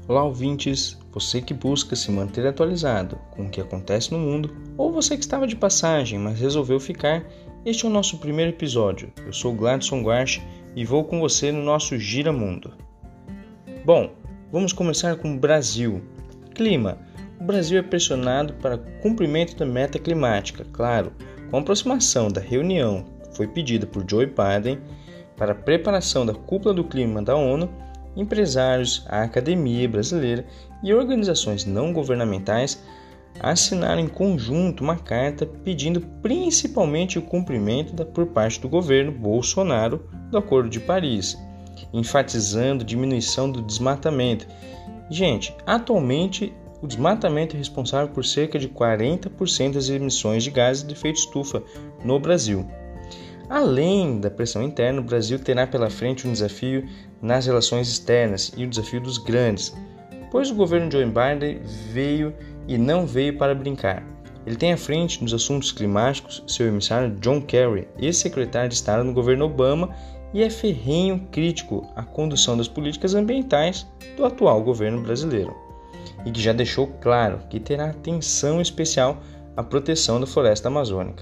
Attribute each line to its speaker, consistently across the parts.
Speaker 1: Olá, ouvintes, você que busca se manter atualizado com o que acontece no mundo, ou você que estava de passagem, mas resolveu ficar, este é o nosso primeiro episódio. Eu sou Gladson Guarch e vou com você no nosso Gira Mundo. Bom, vamos começar com o Brasil. Clima. O Brasil é pressionado para cumprimento da meta climática, claro, com a aproximação da reunião que foi pedida por Joe Biden para a preparação da cúpula do clima da ONU. Empresários, a academia brasileira e organizações não governamentais assinaram em conjunto uma carta pedindo principalmente o cumprimento por parte do governo Bolsonaro do Acordo de Paris, enfatizando diminuição do desmatamento. Gente, atualmente o desmatamento é responsável por cerca de 40% das emissões de gases de efeito estufa no Brasil. Além da pressão interna, o Brasil terá pela frente um desafio nas relações externas e o desafio dos grandes, pois o governo Joe Biden veio e não veio para brincar. Ele tem à frente nos assuntos climáticos seu emissário John Kerry, ex-secretário de Estado no governo Obama, e é ferrenho crítico à condução das políticas ambientais do atual governo brasileiro, e que já deixou claro que terá atenção especial à proteção da floresta amazônica.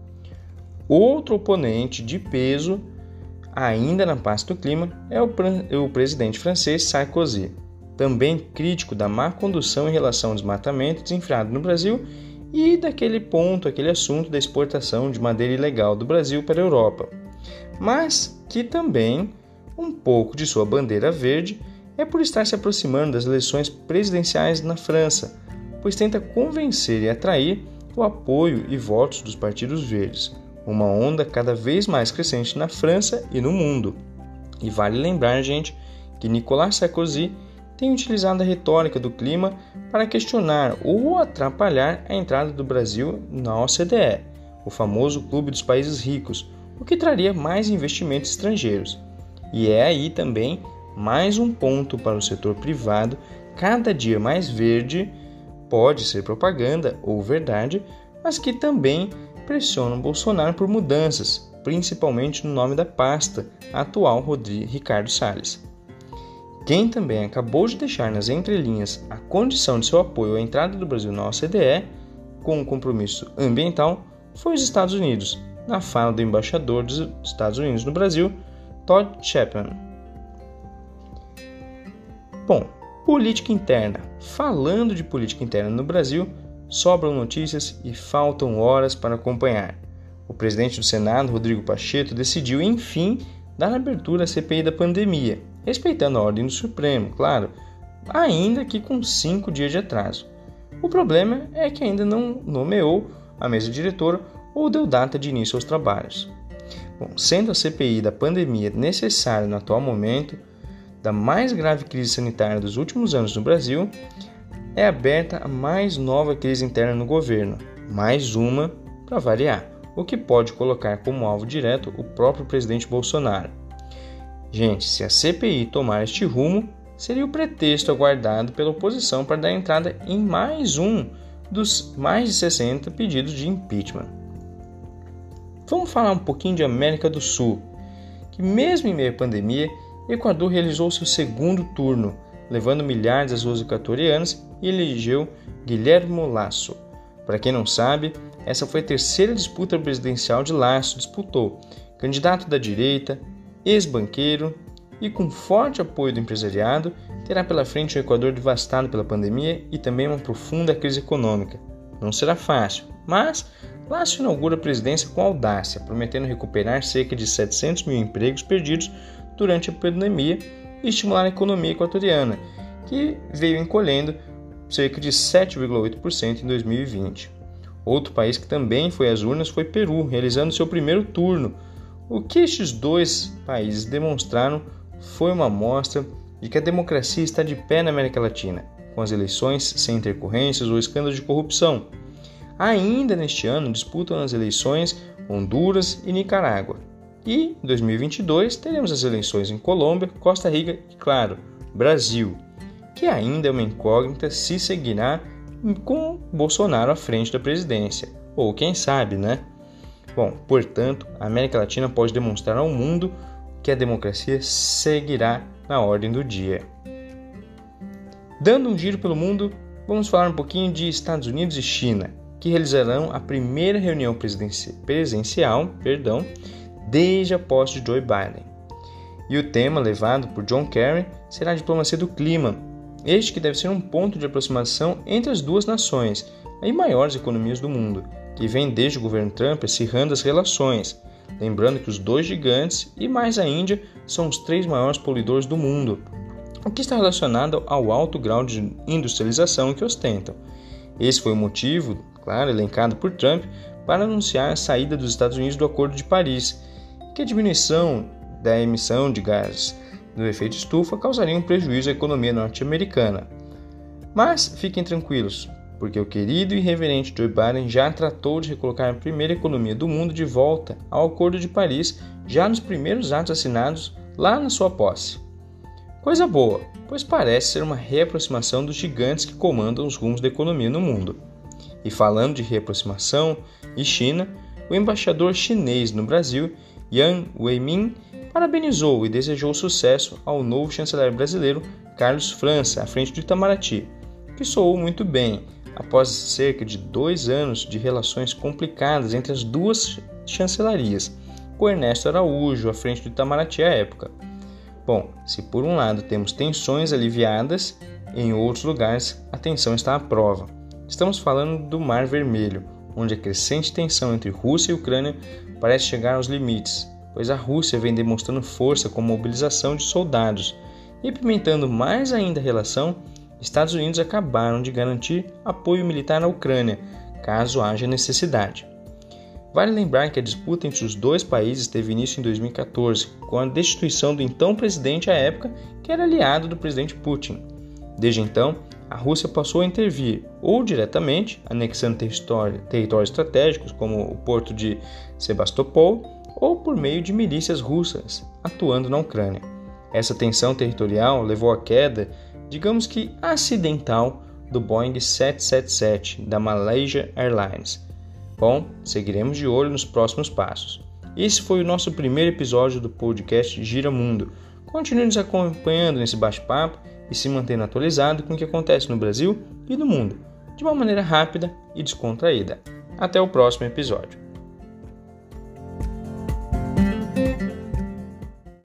Speaker 1: Outro oponente de peso, ainda na pasta do clima, é o presidente francês Sarkozy, também crítico da má condução em relação ao desmatamento desenfreado no Brasil e aquele assunto da exportação de madeira ilegal do Brasil para a Europa, mas que também um pouco de sua bandeira verde é por estar se aproximando das eleições presidenciais na França, pois tenta convencer e atrair o apoio e votos dos partidos verdes, uma onda cada vez mais crescente na França e no mundo. E vale lembrar, gente, que Nicolas Sarkozy tem utilizado a retórica do clima para questionar ou atrapalhar a entrada do Brasil na OCDE, o famoso clube dos países ricos, o que traria mais investimentos estrangeiros. E é aí também mais um ponto para o setor privado cada dia mais verde, pode ser propaganda ou verdade, mas que também pressionam Bolsonaro por mudanças, principalmente no nome da pasta atual Ricardo Salles. Quem também acabou de deixar nas entrelinhas a condição de seu apoio à entrada do Brasil na OCDE, com um compromisso ambiental, foi os Estados Unidos, na fala do embaixador dos Estados Unidos no Brasil, Todd Chapman. Bom, política interna. Falando de política interna no Brasil, sobram notícias e faltam horas para acompanhar. O presidente do Senado, Rodrigo Pacheco, decidiu, enfim, dar abertura à CPI da pandemia, respeitando a ordem do Supremo, claro, ainda que com 5 dias de atraso. O problema é que ainda não nomeou a mesa diretora ou deu data de início aos trabalhos. Bom, sendo a CPI da pandemia necessária no atual momento da mais grave crise sanitária dos últimos anos no Brasil, é aberta a mais nova crise interna no governo, mais uma para variar, o que pode colocar como alvo direto o próprio presidente Bolsonaro. Gente, se a CPI tomar este rumo, seria o pretexto aguardado pela oposição para dar entrada em mais um dos mais de 60 pedidos de impeachment. Vamos falar um pouquinho de América do Sul, que mesmo em meio à pandemia, Equador realizou seu segundo turno, levando milhares das ruas equatorianas e elegeu Guillermo Lasso. Para quem não sabe, essa foi a terceira disputa presidencial de Lasso disputou, candidato da direita, ex-banqueiro e com forte apoio do empresariado, terá pela frente um Equador devastado pela pandemia e também uma profunda crise econômica. Não será fácil, mas Lasso inaugura a presidência com audácia, prometendo recuperar cerca de 700 mil empregos perdidos durante a pandemia e estimular a economia equatoriana, que veio encolhendo cerca de 7,8% em 2020. Outro país que também foi às urnas foi Peru, realizando seu primeiro turno. O que estes dois países demonstraram foi uma amostra de que a democracia está de pé na América Latina, com as eleições sem intercorrências ou escândalos de corrupção. Ainda neste ano disputam as eleições Honduras e Nicarágua. E em 2022 teremos as eleições em Colômbia, Costa Rica e, claro, Brasil, que ainda é uma incógnita se seguirá com Bolsonaro à frente da presidência. Ou quem sabe, né? Bom, portanto, a América Latina pode demonstrar ao mundo que a democracia seguirá na ordem do dia. Dando um giro pelo mundo, vamos falar um pouquinho de Estados Unidos e China, que realizarão a primeira reunião presencial desde a posse de Joe Biden. E o tema levado por John Kerry será a diplomacia do clima, este que deve ser um ponto de aproximação entre as duas nações e maiores economias do mundo, que vem desde o governo Trump acirrando as relações, lembrando que os dois gigantes e mais a Índia são os 3 maiores poluidores do mundo, o que está relacionado ao alto grau de industrialização que ostentam. Esse foi o motivo, claro, elencado por Trump, para anunciar a saída dos Estados Unidos do Acordo de Paris, que a diminuição da emissão de gases do efeito estufa causaria um prejuízo à economia norte-americana. Mas fiquem tranquilos, porque o querido e reverente Joe Biden já tratou de recolocar a primeira economia do mundo de volta ao Acordo de Paris já nos primeiros atos assinados lá na sua posse. Coisa boa, pois parece ser uma reaproximação dos gigantes que comandam os rumos da economia no mundo. E falando de reaproximação e China, o embaixador chinês no Brasil, Yang Weimin, parabenizou e desejou sucesso ao novo chanceler brasileiro Carlos França, à frente do Itamaraty, que soou muito bem, após cerca de 2 anos de relações complicadas entre as duas chancelarias, com Ernesto Araújo à frente do Itamaraty à época. Bom, se por um lado temos tensões aliviadas, em outros lugares a tensão está à prova. Estamos falando do Mar Vermelho, onde a crescente tensão entre Rússia e Ucrânia parece chegar aos limites, pois a Rússia vem demonstrando força com mobilização de soldados, e apimentando mais ainda a relação, Estados Unidos acabaram de garantir apoio militar à Ucrânia, caso haja necessidade. Vale lembrar que a disputa entre os dois países teve início em 2014, com a destituição do então presidente à época, que era aliado do presidente Putin. Desde então, a Rússia passou a intervir, ou diretamente, anexando territórios estratégicos, como o porto de Sebastopol, ou por meio de milícias russas, atuando na Ucrânia. Essa tensão territorial levou à queda, digamos que acidental, do Boeing 777 da Malaysia Airlines. Bom, seguiremos de olho nos próximos passos. Esse foi o nosso primeiro episódio do podcast Gira Mundo. Continue nos acompanhando nesse bate-papo e se mantendo atualizado com o que acontece no Brasil e no mundo, de uma maneira rápida e descontraída. Até o próximo episódio.